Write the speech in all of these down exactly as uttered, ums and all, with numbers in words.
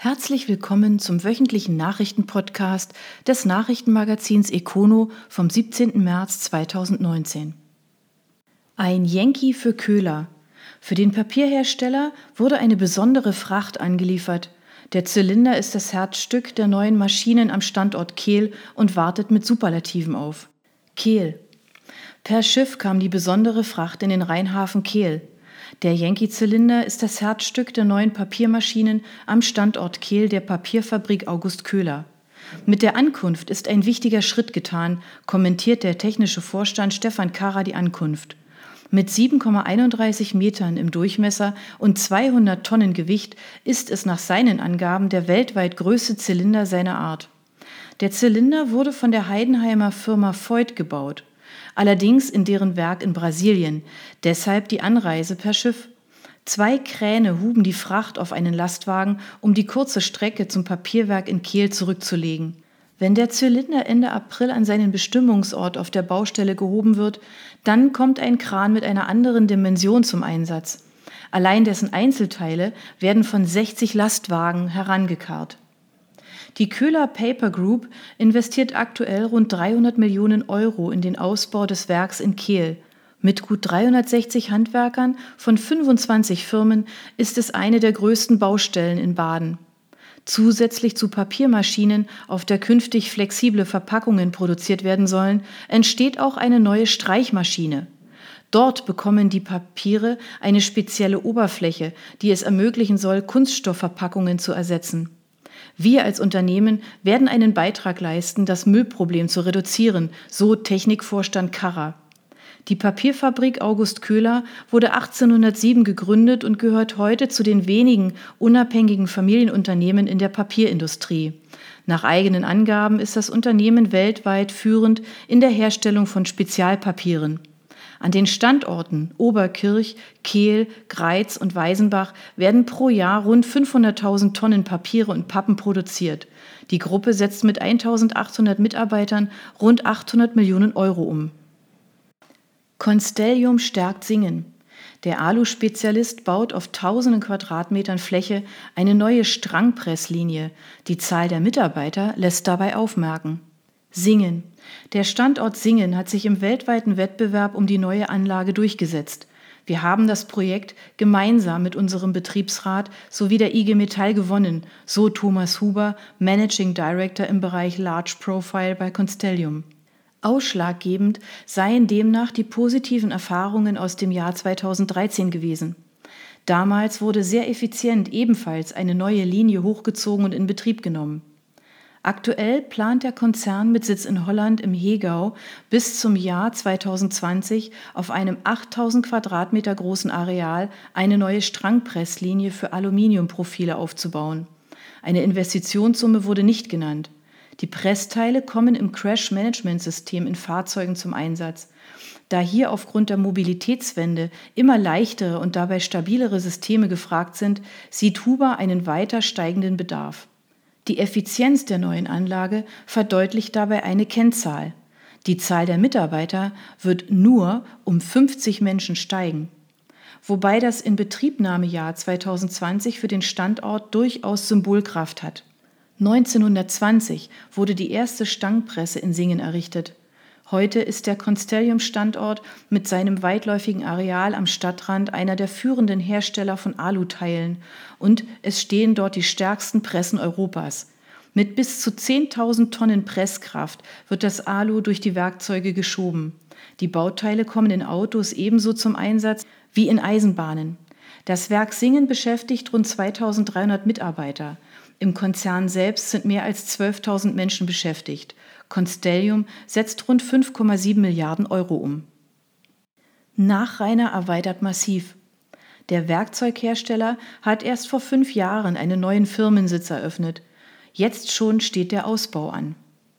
Herzlich willkommen zum wöchentlichen Nachrichtenpodcast des Nachrichtenmagazins Econo vom siebzehnten März zweitausendneunzehn. Ein Yankee für Köhler. Für den Papierhersteller wurde eine besondere Fracht angeliefert. Der Zylinder ist das Herzstück der neuen Maschinen am Standort Kehl und wartet mit Superlativen auf. Kehl. Per Schiff kam die besondere Fracht in den Rheinhafen Kehl. Der Yankee-Zylinder ist das Herzstück der neuen Papiermaschinen am Standort Kehl der Papierfabrik August Köhler. Mit der Ankunft ist ein wichtiger Schritt getan, kommentiert der technische Vorstand Stefan Karrer die Ankunft. Mit sieben Komma einunddreißig Metern im Durchmesser und zweihundert Tonnen Gewicht ist es nach seinen Angaben der weltweit größte Zylinder seiner Art. Der Zylinder wurde von der Heidenheimer Firma Voith gebaut. Allerdings in deren Werk in Brasilien, deshalb die Anreise per Schiff. Zwei Kräne huben die Fracht auf einen Lastwagen, um die kurze Strecke zum Papierwerk in Kehl zurückzulegen. Wenn der Zylinder Ende April an seinen Bestimmungsort auf der Baustelle gehoben wird, dann kommt ein Kran mit einer anderen Dimension zum Einsatz. Allein dessen Einzelteile werden von sechzig Lastwagen herangekarrt. Die Köhler Paper Group investiert aktuell rund dreihundert Millionen Euro in den Ausbau des Werks in Kehl. Mit gut dreihundertsechzig Handwerkern von fünfundzwanzig Firmen ist es eine der größten Baustellen in Baden. Zusätzlich zu Papiermaschinen, auf der künftig flexible Verpackungen produziert werden sollen, entsteht auch eine neue Streichmaschine. Dort bekommen die Papiere eine spezielle Oberfläche, die es ermöglichen soll, Kunststoffverpackungen zu ersetzen. Wir als Unternehmen werden einen Beitrag leisten, das Müllproblem zu reduzieren, so Technikvorstand Karrer. Die Papierfabrik August Köhler wurde achtzehnhundertsieben gegründet und gehört heute zu den wenigen unabhängigen Familienunternehmen in der Papierindustrie. Nach eigenen Angaben ist das Unternehmen weltweit führend in der Herstellung von Spezialpapieren. An den Standorten Oberkirch, Kehl, Greiz und Weißenbach werden pro Jahr rund fünfhunderttausend Tonnen Papiere und Pappen produziert. Die Gruppe setzt mit eintausendachthundert Mitarbeitern rund achthundert Millionen Euro um. Constellium stärkt Singen. Der Alu-Spezialist baut auf tausenden Quadratmetern Fläche eine neue Strangpresslinie. Die Zahl der Mitarbeiter lässt dabei aufmerken. Singen. Der Standort Singen hat sich im weltweiten Wettbewerb um die neue Anlage durchgesetzt. Wir haben das Projekt gemeinsam mit unserem Betriebsrat sowie der I G Metall gewonnen, so Thomas Huber, Managing Director im Bereich Large Profile bei Constellium. Ausschlaggebend seien demnach die positiven Erfahrungen aus dem Jahr zweitausenddreizehn gewesen. Damals wurde sehr effizient ebenfalls eine neue Linie hochgezogen und in Betrieb genommen. Aktuell plant der Konzern mit Sitz in Holland im Hegau bis zum Jahr zweitausendzwanzig auf einem achttausend Quadratmeter großen Areal eine neue Strangpresslinie für Aluminiumprofile aufzubauen. Eine Investitionssumme wurde nicht genannt. Die Pressteile kommen im Crash-Management-System in Fahrzeugen zum Einsatz. Da hier aufgrund der Mobilitätswende immer leichtere und dabei stabilere Systeme gefragt sind, sieht Huber einen weiter steigenden Bedarf. Die Effizienz der neuen Anlage verdeutlicht dabei eine Kennzahl. Die Zahl der Mitarbeiter wird nur um fünfzig Menschen steigen. Wobei das Inbetriebnahmejahr zweitausendzwanzig für den Standort durchaus Symbolkraft hat. neunzehnhundertzwanzig wurde die erste Stangpresse in Singen errichtet. Heute ist der Constellium-Standort mit seinem weitläufigen Areal am Stadtrand einer der führenden Hersteller von Aluteilen und es stehen dort die stärksten Pressen Europas. Mit bis zu zehntausend Tonnen Presskraft wird das Alu durch die Werkzeuge geschoben. Die Bauteile kommen in Autos ebenso zum Einsatz wie in Eisenbahnen. Das Werk Singen beschäftigt rund zweitausenddreihundert Mitarbeiter. Im Konzern selbst sind mehr als zwölftausend Menschen beschäftigt. Constellium setzt rund fünf Komma sieben Milliarden Euro um. Nachreiner erweitert massiv. Der Werkzeughersteller hat erst vor fünf Jahren einen neuen Firmensitz eröffnet. Jetzt schon steht der Ausbau an.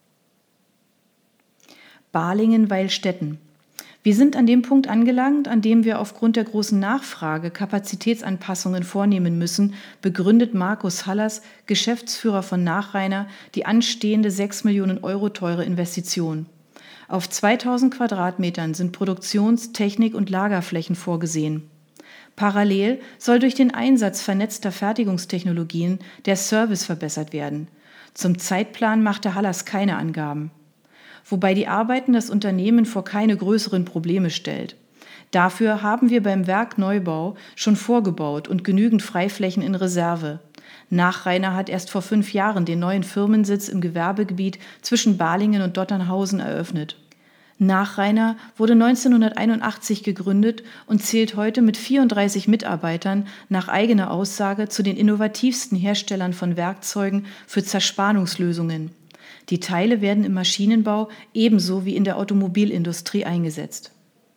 Balingen-Weilstätten. Wir sind an dem Punkt angelangt, an dem wir aufgrund der großen Nachfrage Kapazitätsanpassungen vornehmen müssen, begründet Markus Hallers, Geschäftsführer von Nachreiner, die anstehende sechs Millionen Euro teure Investition. Auf zweitausend Quadratmetern sind Produktions-, Technik- und Lagerflächen vorgesehen. Parallel soll durch den Einsatz vernetzter Fertigungstechnologien der Service verbessert werden. Zum Zeitplan machte Hallas keine Angaben. Wobei die Arbeiten das Unternehmen vor keine größeren Probleme stellt. Dafür haben wir beim Werk Neubau schon vorgebaut und genügend Freiflächen in Reserve. Nachreiner hat erst vor fünf Jahren den neuen Firmensitz im Gewerbegebiet zwischen Balingen und Dotternhausen eröffnet. Nachreiner wurde neunzehnhunderteinundachtzig gegründet und zählt heute mit vierunddreißig Mitarbeitern nach eigener Aussage zu den innovativsten Herstellern von Werkzeugen für Zerspannungslösungen. Die Teile werden im Maschinenbau ebenso wie in der Automobilindustrie eingesetzt.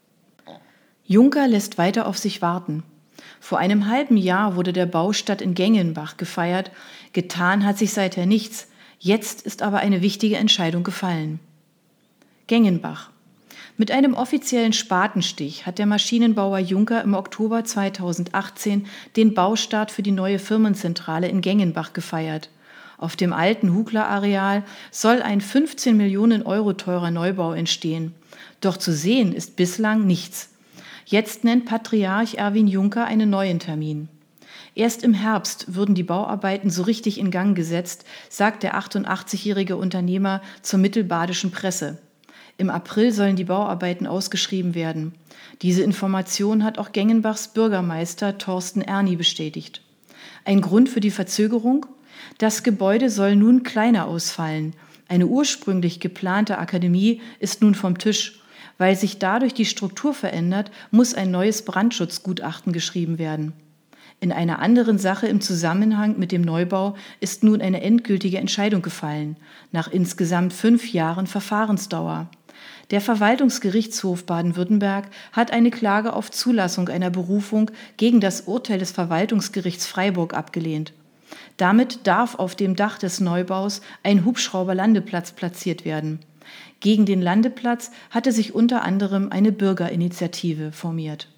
Juncker lässt weiter auf sich warten. Vor einem halben Jahr wurde der Baustart in Gengenbach gefeiert. Getan hat sich seither nichts. Jetzt ist aber eine wichtige Entscheidung gefallen. Gengenbach. Mit einem offiziellen Spatenstich hat der Maschinenbauer Juncker im Oktober zweitausendachtzehn den Baustart für die neue Firmenzentrale in Gengenbach gefeiert. Auf dem alten Hugler-Areal soll ein fünfzehn Millionen Euro teurer Neubau entstehen. Doch zu sehen ist bislang nichts. Jetzt nennt Patriarch Erwin Juncker einen neuen Termin. Erst im Herbst würden die Bauarbeiten so richtig in Gang gesetzt, sagt der achtundachtzigjährige Unternehmer zur mittelbadischen Presse. Im April sollen die Bauarbeiten ausgeschrieben werden. Diese Information hat auch Gengenbachs Bürgermeister Thorsten Erni bestätigt. Ein Grund für die Verzögerung? Das Gebäude soll nun kleiner ausfallen. Eine ursprünglich geplante Akademie ist nun vom Tisch. Weil sich dadurch die Struktur verändert, muss ein neues Brandschutzgutachten geschrieben werden. In einer anderen Sache im Zusammenhang mit dem Neubau ist nun eine endgültige Entscheidung gefallen, nach insgesamt fünf Jahren Verfahrensdauer. Der Verwaltungsgerichtshof Baden-Württemberg hat eine Klage auf Zulassung einer Berufung gegen das Urteil des Verwaltungsgerichts Freiburg abgelehnt. Damit darf auf dem Dach des Neubaus ein Hubschrauberlandeplatz platziert werden. Gegen den Landeplatz hatte sich unter anderem eine Bürgerinitiative formiert.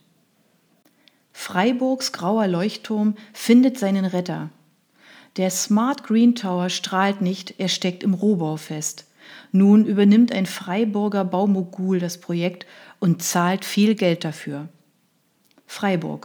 Freiburgs grauer Leuchtturm findet seinen Retter. Der Smart Green Tower strahlt nicht, er steckt im Rohbau fest. Nun übernimmt ein Freiburger Baumogul das Projekt und zahlt viel Geld dafür. Freiburg.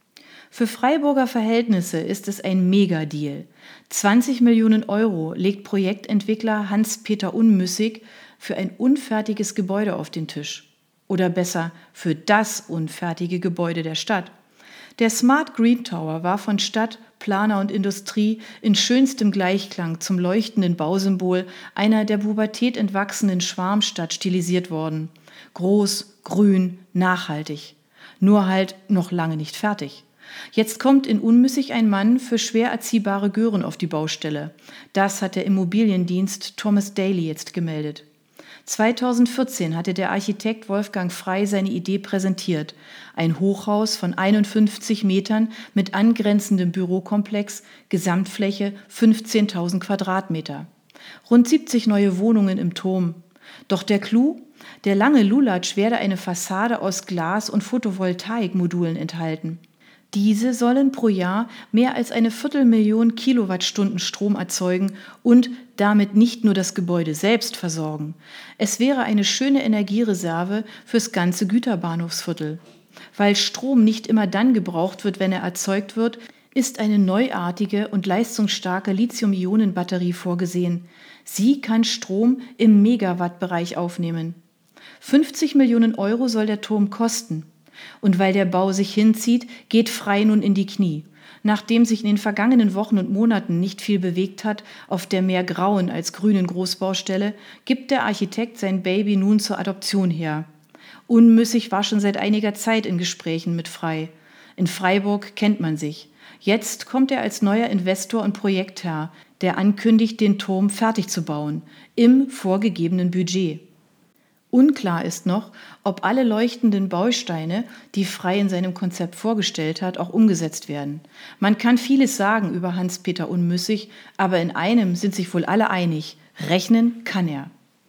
Für Freiburger Verhältnisse ist es ein Megadeal. zwanzig Millionen Euro legt Projektentwickler Hans-Peter Unmüssig für ein unfertiges Gebäude auf den Tisch. Oder besser, für das unfertige Gebäude der Stadt. Der Smart Green Tower war von Stadt, Planer und Industrie in schönstem Gleichklang zum leuchtenden Bausymbol einer der Pubertät entwachsenen Schwarmstadt stilisiert worden. Groß, grün, nachhaltig. Nur halt noch lange nicht fertig. Jetzt kommt in Unmüssig ein Mann für schwer erziehbare Gören auf die Baustelle. Das hat der Immobiliendienst Thomas Daly jetzt gemeldet. zweitausendvierzehn hatte der Architekt Wolfgang Frey seine Idee präsentiert. Ein Hochhaus von einundfünfzig Metern mit angrenzendem Bürokomplex, Gesamtfläche fünfzehntausend Quadratmeter. Rund siebzig neue Wohnungen im Turm. Doch der Clou? Der lange Lulatsch werde eine Fassade aus Glas- und Photovoltaikmodulen enthalten. Diese sollen pro Jahr mehr als eine Viertelmillion Kilowattstunden Strom erzeugen und damit nicht nur das Gebäude selbst versorgen. Es wäre eine schöne Energiereserve fürs ganze Güterbahnhofsviertel. Weil Strom nicht immer dann gebraucht wird, wenn er erzeugt wird, ist eine neuartige und leistungsstarke Lithium-Ionen-Batterie vorgesehen. Sie kann Strom im Megawattbereich aufnehmen. fünfzig Millionen Euro soll der Turm kosten. Und weil der Bau sich hinzieht, geht Frey nun in die Knie. Nachdem sich in den vergangenen Wochen und Monaten nicht viel bewegt hat auf der mehr grauen als grünen Großbaustelle, gibt der Architekt sein Baby nun zur Adoption her. Unmüssig war schon seit einiger Zeit in Gesprächen mit Frey. In Freiburg kennt man sich. Jetzt kommt er als neuer Investor und Projektherr, der ankündigt, den Turm fertig zu bauen, im vorgegebenen Budget. Unklar ist noch, ob alle leuchtenden Bausteine, die Frey in seinem Konzept vorgestellt hat, auch umgesetzt werden. Man kann vieles sagen über Hans-Peter Unmüssig, aber in einem sind sich wohl alle einig: Rechnen kann er.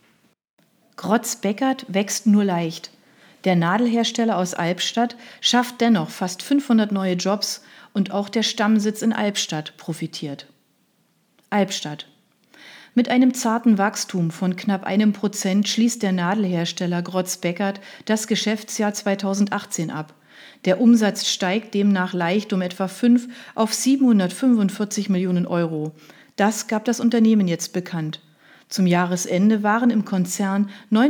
Grotz-Beckert wächst nur leicht. Der Nadelhersteller aus Albstadt schafft dennoch fast fünfhundert neue Jobs und auch der Stammsitz in Albstadt profitiert. Albstadt. Mit einem zarten Wachstum von knapp einem Prozent schließt der Nadelhersteller Grotz-Beckert das Geschäftsjahr zweitausendachtzehn ab. Der Umsatz steigt demnach leicht um etwa fünf auf siebenhundertfünfundvierzig Millionen Euro. Das gab das Unternehmen jetzt bekannt. Zum Jahresende waren im Konzern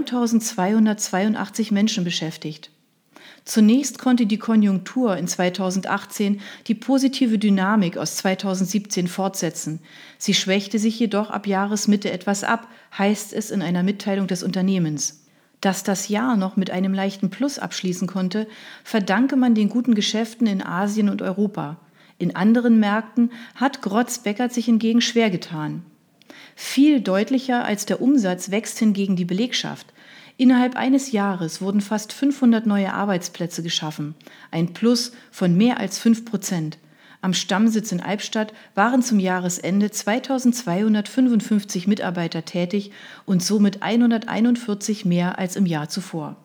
neuntausendzweihundertzweiundachtzig Menschen beschäftigt. Zunächst konnte die Konjunktur in zweitausendachtzehn die positive Dynamik aus zweitausendsiebzehn fortsetzen. Sie schwächte sich jedoch ab Jahresmitte etwas ab, heißt es in einer Mitteilung des Unternehmens. Dass das Jahr noch mit einem leichten Plus abschließen konnte, verdanke man den guten Geschäften in Asien und Europa. In anderen Märkten hat Grotz-Beckert sich hingegen schwer getan. Viel deutlicher als der Umsatz wächst hingegen die Belegschaft. Innerhalb eines Jahres wurden fast fünfhundert neue Arbeitsplätze geschaffen, ein Plus von mehr als fünf Prozent. Am Stammsitz in Albstadt waren zum Jahresende zweitausendzweihundertfünfundfünfzig Mitarbeiter tätig und somit hunderteinundvierzig mehr als im Jahr zuvor.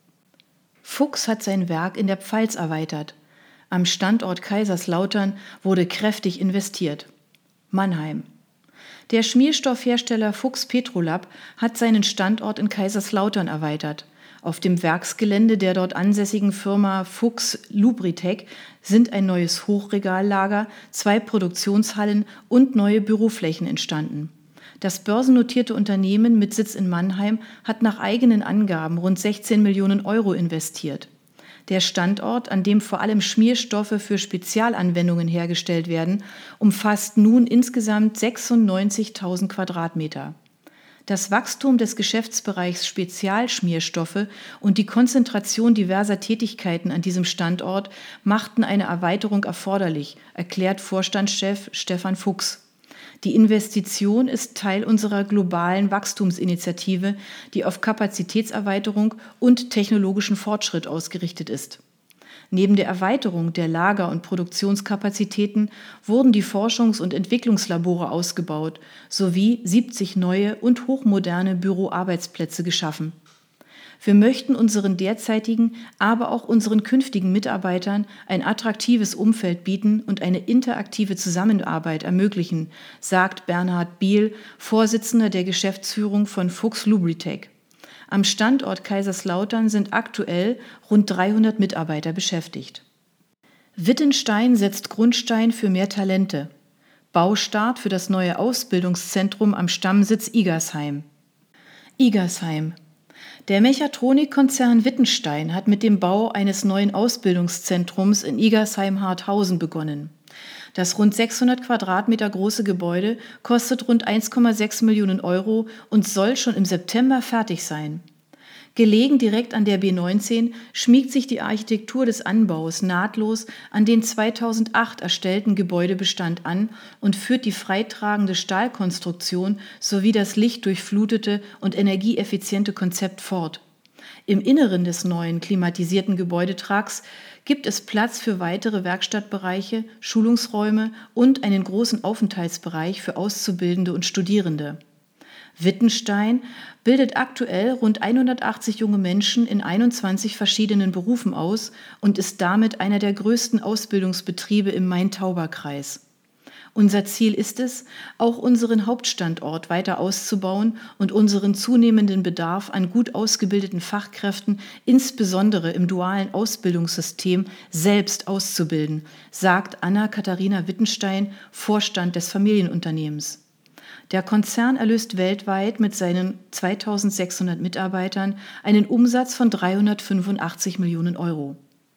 Fuchs hat sein Werk in der Pfalz erweitert. Am Standort Kaiserslautern wurde kräftig investiert. Mannheim. Der Schmierstoffhersteller Fuchs Petrolab hat seinen Standort in Kaiserslautern erweitert. Auf dem Werksgelände der dort ansässigen Firma Fuchs Lubritec sind ein neues Hochregallager, zwei Produktionshallen und neue Büroflächen entstanden. Das börsennotierte Unternehmen mit Sitz in Mannheim hat nach eigenen Angaben rund sechzehn Millionen Euro investiert. Der Standort, an dem vor allem Schmierstoffe für Spezialanwendungen hergestellt werden, umfasst nun insgesamt sechsundneunzigtausend Quadratmeter. Das Wachstum des Geschäftsbereichs Spezialschmierstoffe und die Konzentration diverser Tätigkeiten an diesem Standort machten eine Erweiterung erforderlich, erklärt Vorstandschef Stefan Fuchs. Die Investition ist Teil unserer globalen Wachstumsinitiative, die auf Kapazitätserweiterung und technologischen Fortschritt ausgerichtet ist. Neben der Erweiterung der Lager- und Produktionskapazitäten wurden die Forschungs- und Entwicklungslabore ausgebaut sowie siebzig neue und hochmoderne Büroarbeitsplätze geschaffen. Wir möchten unseren derzeitigen, aber auch unseren künftigen Mitarbeitern ein attraktives Umfeld bieten und eine interaktive Zusammenarbeit ermöglichen, sagt Bernhard Biel, Vorsitzender der Geschäftsführung von Fuchs Lubritec. Am Standort Kaiserslautern sind aktuell rund dreihundert Mitarbeiter beschäftigt. Wittenstein setzt Grundstein für mehr Talente. Baustart für das neue Ausbildungszentrum am Stammsitz Igersheim. Igersheim. Der Mechatronikkonzern Wittenstein hat mit dem Bau eines neuen Ausbildungszentrums in Igersheim-Harthausen begonnen. Das rund sechshundert Quadratmeter große Gebäude kostet rund eins Komma sechs Millionen Euro und soll schon im September fertig sein. Gelegen direkt an der B neunzehn schmiegt sich die Architektur des Anbaus nahtlos an den zweitausendacht erstellten Gebäudebestand an und führt die freitragende Stahlkonstruktion sowie das lichtdurchflutete und energieeffiziente Konzept fort. Im Inneren des neuen klimatisierten Gebäudetrags gibt es Platz für weitere Werkstattbereiche, Schulungsräume und einen großen Aufenthaltsbereich für Auszubildende und Studierende. Wittenstein bildet aktuell rund hundertachtzig junge Menschen in einundzwanzig verschiedenen Berufen aus und ist damit einer der größten Ausbildungsbetriebe im Main-Tauber-Kreis. Unser Ziel ist es, auch unseren Hauptstandort weiter auszubauen und unseren zunehmenden Bedarf an gut ausgebildeten Fachkräften, insbesondere im dualen Ausbildungssystem, selbst auszubilden, sagt Anna-Katharina Wittenstein, Vorstand des Familienunternehmens. Der Konzern erlöst weltweit mit seinen zweitausendsechshundert Mitarbeitern einen Umsatz von dreihundertfünfundachtzig Millionen Euro.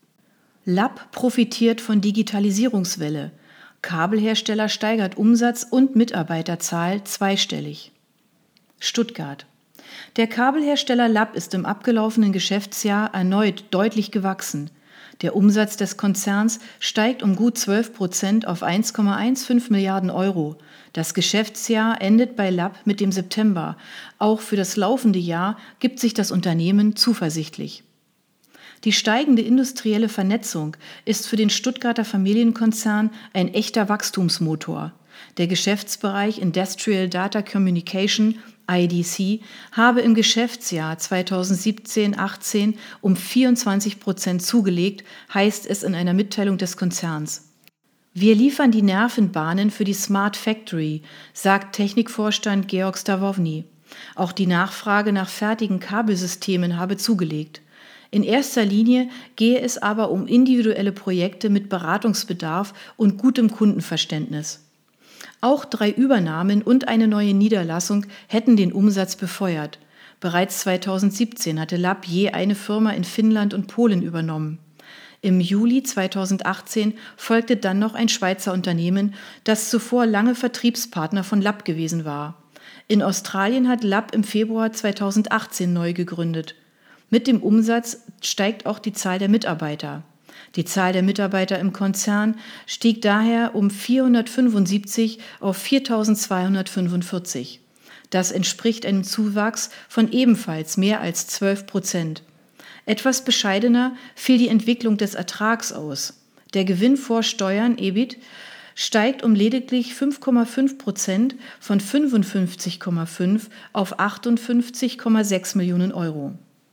Lapp profitiert von Digitalisierungswelle. Kabelhersteller steigert Umsatz und Mitarbeiterzahl zweistellig. Stuttgart. Der Kabelhersteller Lapp ist im abgelaufenen Geschäftsjahr erneut deutlich gewachsen. Der Umsatz des Konzerns steigt um gut zwölf Prozent auf eins Komma fünfzehn Milliarden Euro. Das Geschäftsjahr endet bei Lapp mit dem September. Auch für das laufende Jahr gibt sich das Unternehmen zuversichtlich. Die steigende industrielle Vernetzung ist für den Stuttgarter Familienkonzern ein echter Wachstumsmotor. Der Geschäftsbereich Industrial Data Communication, I D C, habe im Geschäftsjahr zweitausendsiebzehn achtzehn um vierundzwanzig Prozent zugelegt, heißt es in einer Mitteilung des Konzerns. Wir liefern die Nervenbahnen für die Smart Factory, sagt Technikvorstand Georg Stavovny. Auch die Nachfrage nach fertigen Kabelsystemen habe zugelegt. In erster Linie gehe es aber um individuelle Projekte mit Beratungsbedarf und gutem Kundenverständnis. Auch drei Übernahmen und eine neue Niederlassung hätten den Umsatz befeuert. Bereits zweitausendsiebzehn hatte Lab je eine Firma in Finnland und Polen übernommen. Im Juli zweitausendachtzehn folgte dann noch ein Schweizer Unternehmen, das zuvor lange Vertriebspartner von Lab gewesen war. In Australien hat Lab im Februar zweitausendachtzehn neu gegründet. Mit dem Umsatz steigt auch die Zahl der Mitarbeiter. Die Zahl der Mitarbeiter im Konzern stieg daher um vierhundertfünfundsiebzig auf viertausendzweihundertfünfundvierzig. Das entspricht einem Zuwachs von ebenfalls mehr als zwölf Prozent. Etwas bescheidener fiel die Entwicklung des Ertrags aus. Der Gewinn vor Steuern, E B I T, steigt um lediglich fünf Komma fünf Prozent von fünfundfünfzig Komma fünf auf achtundfünfzig Komma sechs Millionen Euro.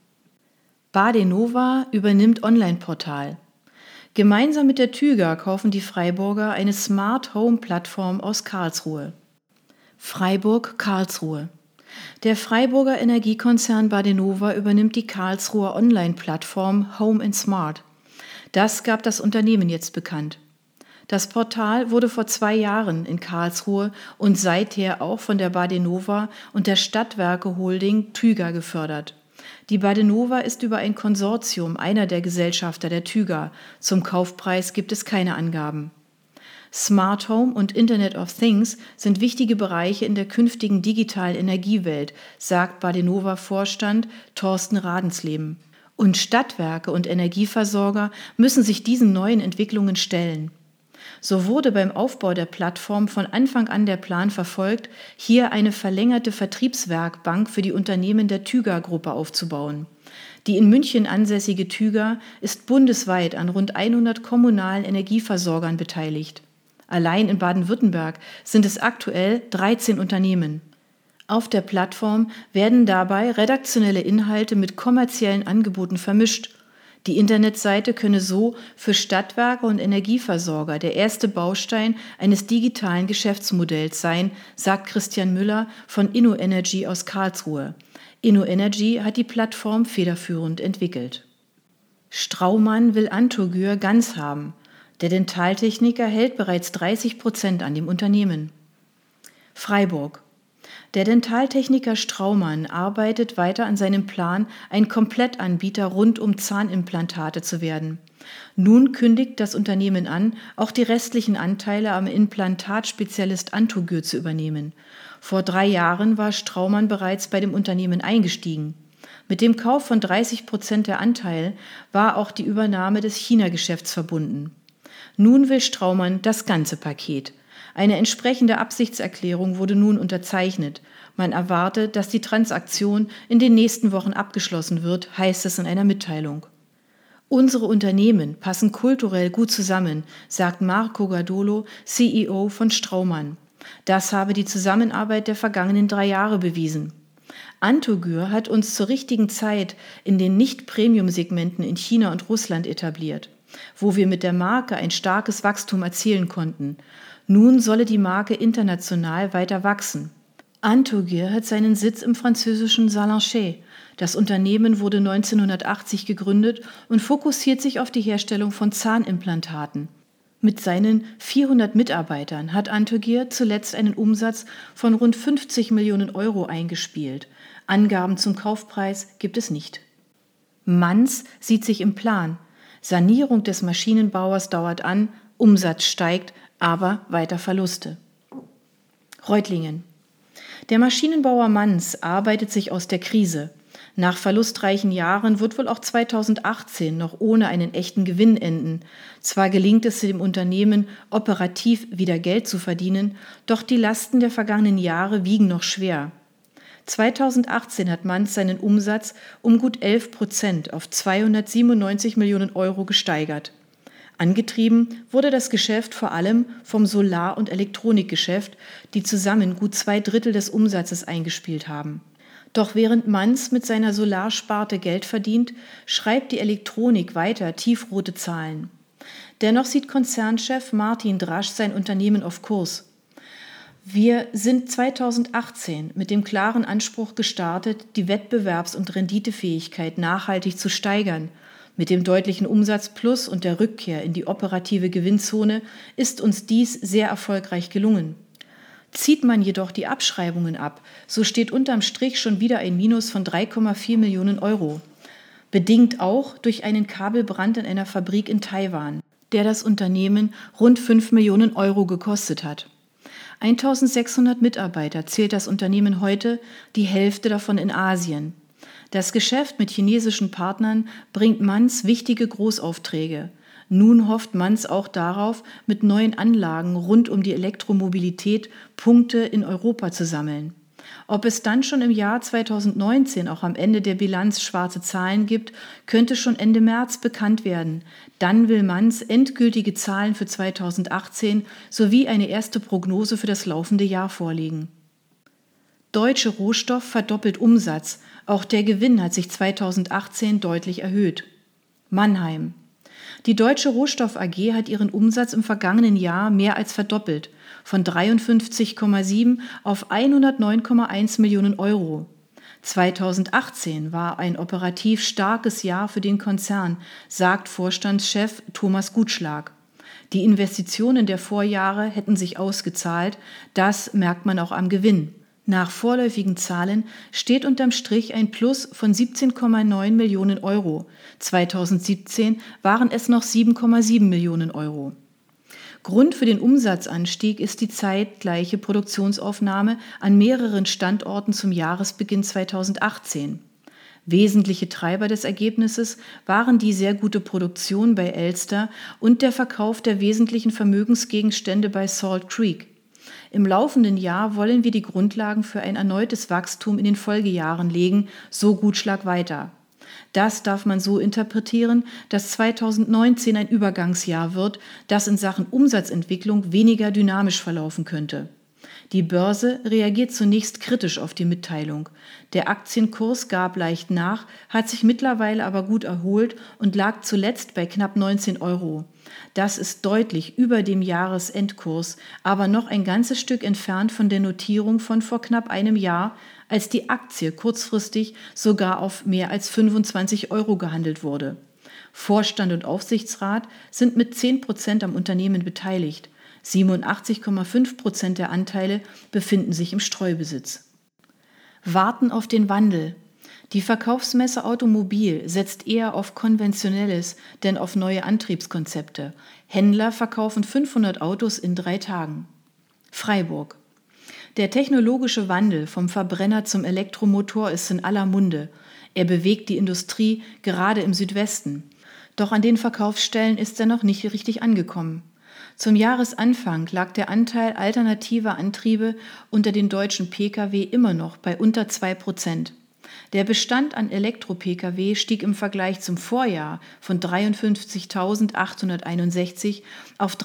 Badenova übernimmt Online-Portal. Gemeinsam mit der Tüger kaufen die Freiburger eine Smart Home Plattform aus Karlsruhe. Freiburg Karlsruhe. Der Freiburger Energiekonzern Badenova übernimmt die Karlsruher Online-Plattform Home and Smart. Das gab das Unternehmen jetzt bekannt. Das Portal wurde vor zwei Jahren in Karlsruhe und seither auch von der Badenova und der Stadtwerke Holding Tüger gefördert. Die Badenova ist über ein Konsortium einer der Gesellschafter der Tüger. Zum Kaufpreis gibt es keine Angaben. Smart Home und Internet of Things sind wichtige Bereiche in der künftigen digitalen Energiewelt, sagt Badenova-Vorstand Thorsten Radensleben. Und Stadtwerke und Energieversorger müssen sich diesen neuen Entwicklungen stellen. So wurde beim Aufbau der Plattform von Anfang an der Plan verfolgt, hier eine verlängerte Vertriebswerkbank für die Unternehmen der Tüger-Gruppe aufzubauen. Die in München ansässige Tüger ist bundesweit an rund hundert kommunalen Energieversorgern beteiligt. Allein in Baden-Württemberg sind es aktuell dreizehn Unternehmen. Auf der Plattform werden dabei redaktionelle Inhalte mit kommerziellen Angeboten vermischt. Die Internetseite könne so für Stadtwerke und Energieversorger der erste Baustein eines digitalen Geschäftsmodells sein, sagt Christian Müller von InnoEnergy aus Karlsruhe. InnoEnergy hat die Plattform federführend entwickelt. Straumann will Antogür ganz haben. Der Dentaltechniker hält bereits dreißig Prozent an dem Unternehmen. Freiburg. Der Dentaltechniker Straumann arbeitet weiter an seinem Plan, ein Komplettanbieter rund um Zahnimplantate zu werden. Nun kündigt das Unternehmen an, auch die restlichen Anteile am Implantatspezialist Antogür zu übernehmen. Vor drei Jahren war Straumann bereits bei dem Unternehmen eingestiegen. Mit dem Kauf von dreißig Prozent der Anteile war auch die Übernahme des China-Geschäfts verbunden. Nun will Straumann das ganze Paket. Eine entsprechende Absichtserklärung wurde nun unterzeichnet. Man erwartet, dass die Transaktion in den nächsten Wochen abgeschlossen wird, heißt es in einer Mitteilung. Unsere Unternehmen passen kulturell gut zusammen, sagt Marco Gardolo, C E O von Straumann. Das habe die Zusammenarbeit der vergangenen drei Jahre bewiesen. Antogür hat uns zur richtigen Zeit in den Nicht-Premium-Segmenten in China und Russland etabliert, wo wir mit der Marke ein starkes Wachstum erzielen konnten. Nun solle die Marke international weiter wachsen. Antogür hat seinen Sitz im französischen Salanches. Das Unternehmen wurde neunzehnhundertachtzig gegründet und fokussiert sich auf die Herstellung von Zahnimplantaten. Mit seinen vierhundert Mitarbeitern hat Antogür zuletzt einen Umsatz von rund fünfzig Millionen Euro eingespielt. Angaben zum Kaufpreis gibt es nicht. Manz sieht sich im Plan. Sanierung des Maschinenbauers dauert an, Umsatz steigt, aber weiter Verluste. Reutlingen. Der Maschinenbauer Manz arbeitet sich aus der Krise. Nach verlustreichen Jahren wird wohl auch zweitausendachtzehn noch ohne einen echten Gewinn enden. Zwar gelingt es dem Unternehmen, operativ wieder Geld zu verdienen, doch die Lasten der vergangenen Jahre wiegen noch schwer. zweitausendachtzehn hat Manz seinen Umsatz um gut elf Prozent auf zweihundertsiebenundneunzig Millionen Euro gesteigert. Angetrieben wurde das Geschäft vor allem vom Solar- und Elektronikgeschäft, die zusammen gut zwei Drittel des Umsatzes eingespielt haben. Doch während Manz mit seiner Solarsparte Geld verdient, schreibt die Elektronik weiter tiefrote Zahlen. Dennoch sieht Konzernchef Martin Drasch sein Unternehmen auf Kurs. Wir sind zweitausendachtzehn mit dem klaren Anspruch gestartet, die Wettbewerbs- und Renditefähigkeit nachhaltig zu steigern. Mit dem deutlichen Umsatzplus und der Rückkehr in die operative Gewinnzone ist uns dies sehr erfolgreich gelungen. Zieht man jedoch die Abschreibungen ab, so steht unterm Strich schon wieder ein Minus von drei Komma vier Millionen Euro. Bedingt auch durch einen Kabelbrand in einer Fabrik in Taiwan, der das Unternehmen rund fünf Millionen Euro gekostet hat. eintausendsechshundert Mitarbeiter zählt das Unternehmen heute, die Hälfte davon in Asien. Das Geschäft mit chinesischen Partnern bringt Manz wichtige Großaufträge. Nun hofft Manz auch darauf, mit neuen Anlagen rund um die Elektromobilität Punkte in Europa zu sammeln. Ob es dann schon im Jahr zweitausendneunzehn auch am Ende der Bilanz schwarze Zahlen gibt, könnte schon Ende März bekannt werden. Dann will Manz endgültige Zahlen für zweitausendachtzehn sowie eine erste Prognose für das laufende Jahr vorlegen. Deutsche Rohstoff verdoppelt Umsatz, auch der Gewinn hat sich zweitausendachtzehn deutlich erhöht. Mannheim. Die Deutsche Rohstoff A G hat ihren Umsatz im vergangenen Jahr mehr als verdoppelt, von dreiundfünfzig Komma sieben auf hundertneun Komma eins Millionen Euro. zweitausendachtzehn war ein operativ starkes Jahr für den Konzern, sagt Vorstandschef Thomas Gutschlag. Die Investitionen der Vorjahre hätten sich ausgezahlt, das merkt man auch am Gewinn. Nach vorläufigen Zahlen steht unterm Strich ein Plus von siebzehn Komma neun Millionen Euro. zweitausendsiebzehn waren es noch sieben Komma sieben Millionen Euro. Grund für den Umsatzanstieg ist die zeitgleiche Produktionsaufnahme an mehreren Standorten zum Jahresbeginn zweitausendachtzehn. Wesentliche Treiber des Ergebnisses waren die sehr gute Produktion bei Elster und der Verkauf der wesentlichen Vermögensgegenstände bei Salt Creek. Im laufenden Jahr wollen wir die Grundlagen für ein erneutes Wachstum in den Folgejahren legen, so Gutschlag weiter. Das darf man so interpretieren, dass zweitausendneunzehn ein Übergangsjahr wird, das in Sachen Umsatzentwicklung weniger dynamisch verlaufen könnte. Die Börse reagiert zunächst kritisch auf die Mitteilung. Der Aktienkurs gab leicht nach, hat sich mittlerweile aber gut erholt und lag zuletzt bei knapp neunzehn Euro. Das ist deutlich über dem Jahresendkurs, aber noch ein ganzes Stück entfernt von der Notierung von vor knapp einem Jahr, als die Aktie kurzfristig sogar auf mehr als fünfundzwanzig Euro gehandelt wurde. Vorstand und Aufsichtsrat sind mit zehn Prozent am Unternehmen beteiligt. siebenundachtzig Komma fünf Prozent der Anteile befinden sich im Streubesitz. Warten auf den Wandel. Die Verkaufsmesse Automobil setzt eher auf Konventionelles, denn auf neue Antriebskonzepte. Händler verkaufen fünfhundert Autos in drei Tagen. Freiburg. Der technologische Wandel vom Verbrenner zum Elektromotor ist in aller Munde. Er bewegt die Industrie gerade im Südwesten. Doch an den Verkaufsstellen ist er noch nicht richtig angekommen. Zum Jahresanfang lag der Anteil alternativer Antriebe unter den deutschen Pkw immer noch bei unter zwei Prozent. Der Bestand an Elektro-Pkw stieg im Vergleich zum Vorjahr von dreiundfünfzigtausendachthunderteinundsechzig auf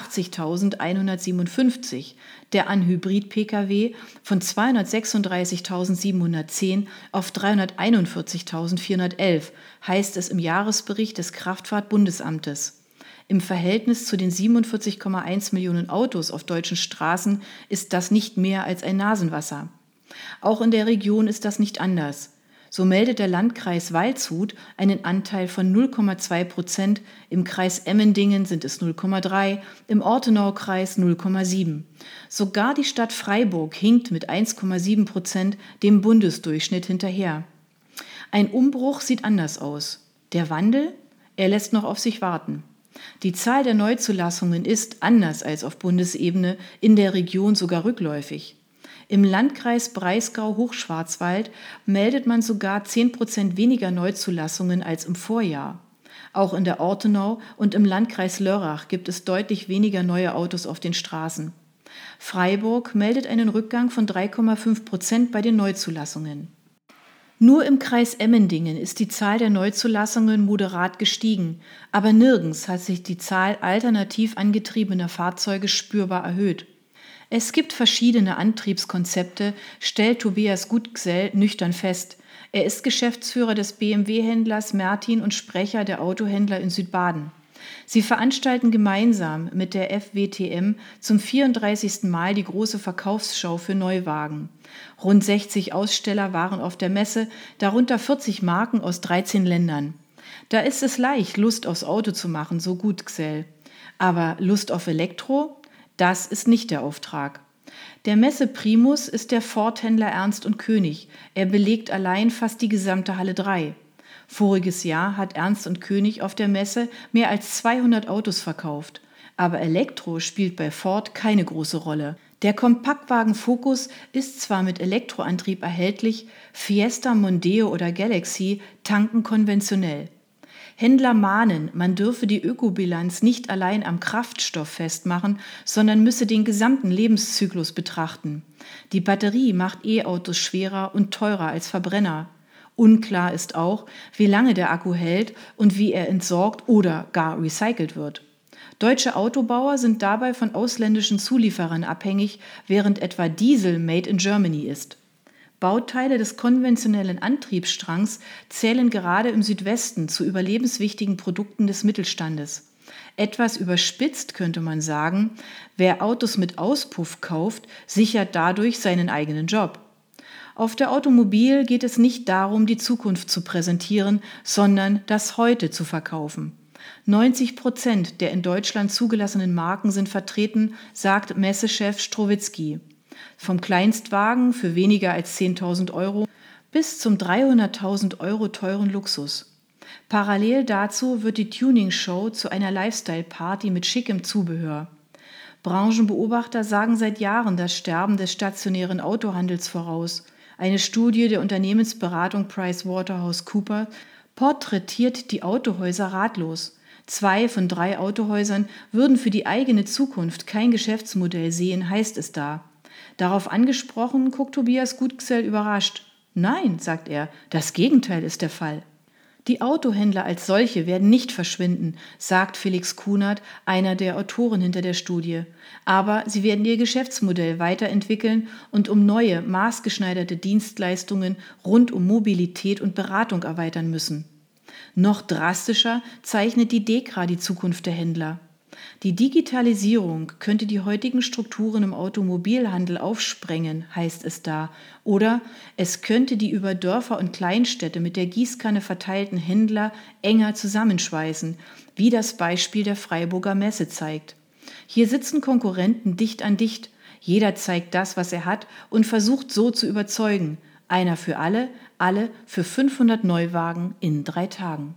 dreiundachtzigtausendeinhundertsiebenundfünfzig, der an Hybrid-Pkw von zweihundertsechsunddreißigtausendsiebenhundertzehn auf dreihunderteinundvierzigtausendvierhundertelf, heißt es im Jahresbericht des Kraftfahrt-Bundesamtes. Im Verhältnis zu den siebenundvierzig Komma eins Millionen Autos auf deutschen Straßen ist das nicht mehr als ein Nasenwasser. Auch in der Region ist das nicht anders. So meldet der Landkreis Waldshut einen Anteil von null Komma zwei Prozent, im Kreis Emmendingen sind es null Komma drei, im Ortenaukreis null Komma sieben. Sogar die Stadt Freiburg hinkt mit eins Komma sieben Prozent dem Bundesdurchschnitt hinterher. Ein Umbruch sieht anders aus. Der Wandel? Er lässt noch auf sich warten. Die Zahl der Neuzulassungen ist, anders als auf Bundesebene, in der Region sogar rückläufig. Im Landkreis Breisgau-Hochschwarzwald meldet man sogar zehn Prozent weniger Neuzulassungen als im Vorjahr. Auch in der Ortenau und im Landkreis Lörrach gibt es deutlich weniger neue Autos auf den Straßen. Freiburg meldet einen Rückgang von drei Komma fünf Prozent bei den Neuzulassungen. Nur im Kreis Emmendingen ist die Zahl der Neuzulassungen moderat gestiegen, aber nirgends hat sich die Zahl alternativ angetriebener Fahrzeuge spürbar erhöht. Es gibt verschiedene Antriebskonzepte, stellt Tobias Gutgsell nüchtern fest. Er ist Geschäftsführer des B M W-Händlers Mertin und Sprecher der Autohändler in Südbaden. Sie veranstalten gemeinsam mit der F W T M zum vierunddreißigsten Mal die große Verkaufsschau für Neuwagen. Rund sechzig Aussteller waren auf der Messe, darunter vierzig Marken aus dreizehn Ländern. Da ist es leicht, Lust aufs Auto zu machen, so Gutxell. Aber Lust auf Elektro? Das ist nicht der Auftrag. Der Messe-Primus ist der Ford-Händler Ernst und König. Er belegt allein fast die gesamte Halle drei. Voriges Jahr hat Ernst und König auf der Messe mehr als zweihundert Autos verkauft. Aber Elektro spielt bei Ford keine große Rolle. Der Kompaktwagen Focus ist zwar mit Elektroantrieb erhältlich, Fiesta, Mondeo oder Galaxy tanken konventionell. Händler mahnen, man dürfe die Ökobilanz nicht allein am Kraftstoff festmachen, sondern müsse den gesamten Lebenszyklus betrachten. Die Batterie macht E-Autos schwerer und teurer als Verbrenner. Unklar ist auch, wie lange der Akku hält und wie er entsorgt oder gar recycelt wird. Deutsche Autobauer sind dabei von ausländischen Zulieferern abhängig, während etwa Diesel made in Germany ist. Bauteile des konventionellen Antriebsstrangs zählen gerade im Südwesten zu überlebenswichtigen Produkten des Mittelstandes. Etwas überspitzt könnte man sagen, wer Autos mit Auspuff kauft, sichert dadurch seinen eigenen Job. Auf der Automobil geht es nicht darum, die Zukunft zu präsentieren, sondern das Heute zu verkaufen. neunzig Prozent der in Deutschland zugelassenen Marken sind vertreten, sagt Messechef Strowitzky. Vom Kleinstwagen für weniger als zehntausend Euro bis zum dreihunderttausend Euro teuren Luxus. Parallel dazu wird die Tuning-Show zu einer Lifestyle-Party mit schickem Zubehör. Branchenbeobachter sagen seit Jahren das Sterben des stationären Autohandels voraus. Eine Studie der Unternehmensberatung PricewaterhouseCoopers porträtiert die Autohäuser ratlos. Zwei von drei Autohäusern würden für die eigene Zukunft kein Geschäftsmodell sehen, heißt es da. Darauf angesprochen, guckt Tobias Gutxell überrascht. Nein, sagt er, das Gegenteil ist der Fall. Die Autohändler als solche werden nicht verschwinden, sagt Felix Kunert, einer der Autoren hinter der Studie. Aber sie werden ihr Geschäftsmodell weiterentwickeln und um neue, maßgeschneiderte Dienstleistungen rund um Mobilität und Beratung erweitern müssen. Noch drastischer zeichnet die DEKRA die Zukunft der Händler. Die Digitalisierung könnte die heutigen Strukturen im Automobilhandel aufsprengen, heißt es da. Oder es könnte die über Dörfer und Kleinstädte mit der Gießkanne verteilten Händler enger zusammenschweißen, wie das Beispiel der Freiburger Messe zeigt. Hier sitzen Konkurrenten dicht an dicht. Jeder zeigt das, was er hat und versucht so zu überzeugen. Einer für alle, alle für fünfhundert Neuwagen in drei Tagen.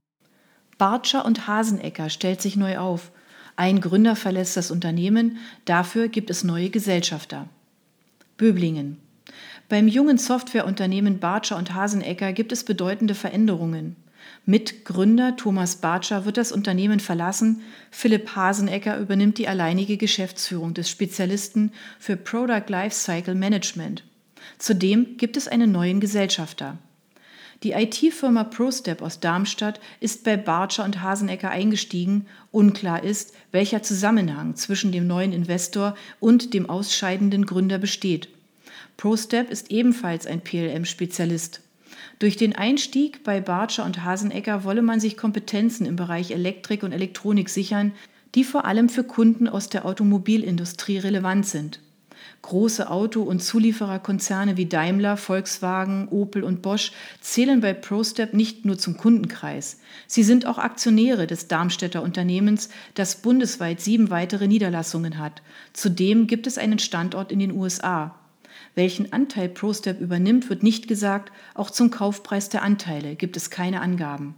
Bartscher und Hasenecker stellt sich neu auf. Ein Gründer verlässt das Unternehmen, dafür gibt es neue Gesellschafter. Böblingen. Beim jungen Softwareunternehmen Bartscher und Hasenecker gibt es bedeutende Veränderungen. Mitgründer Thomas Bartscher wird das Unternehmen verlassen, Philipp Hasenecker übernimmt die alleinige Geschäftsführung des Spezialisten für Product Lifecycle Management. Zudem gibt es einen neuen Gesellschafter. Die I T-Firma ProStep aus Darmstadt ist bei Bartscher und Hasenecker eingestiegen. Unklar ist, welcher Zusammenhang zwischen dem neuen Investor und dem ausscheidenden Gründer besteht. ProStep ist ebenfalls ein P L M-Spezialist. Durch den Einstieg bei Bartscher und Hasenecker wolle man sich Kompetenzen im Bereich Elektrik und Elektronik sichern, die vor allem für Kunden aus der Automobilindustrie relevant sind. Große Auto- und Zuliefererkonzerne wie Daimler, Volkswagen, Opel und Bosch zählen bei ProStep nicht nur zum Kundenkreis. Sie sind auch Aktionäre des Darmstädter Unternehmens, das bundesweit sieben weitere Niederlassungen hat. Zudem gibt es einen Standort in den U S A. Welchen Anteil ProStep übernimmt, wird nicht gesagt. Auch zum Kaufpreis der Anteile gibt es keine Angaben.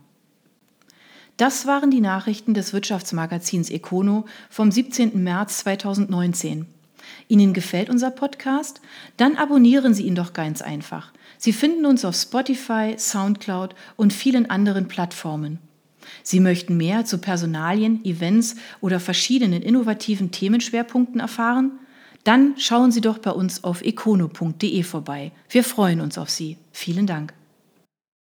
Das waren die Nachrichten des Wirtschaftsmagazins Econo vom siebzehnten März zweitausendneunzehn. Ihnen gefällt unser Podcast? Dann abonnieren Sie ihn doch ganz einfach. Sie finden uns auf Spotify, Soundcloud und vielen anderen Plattformen. Sie möchten mehr zu Personalien, Events oder verschiedenen innovativen Themenschwerpunkten erfahren? Dann schauen Sie doch bei uns auf econo punkt de vorbei. Wir freuen uns auf Sie. Vielen Dank.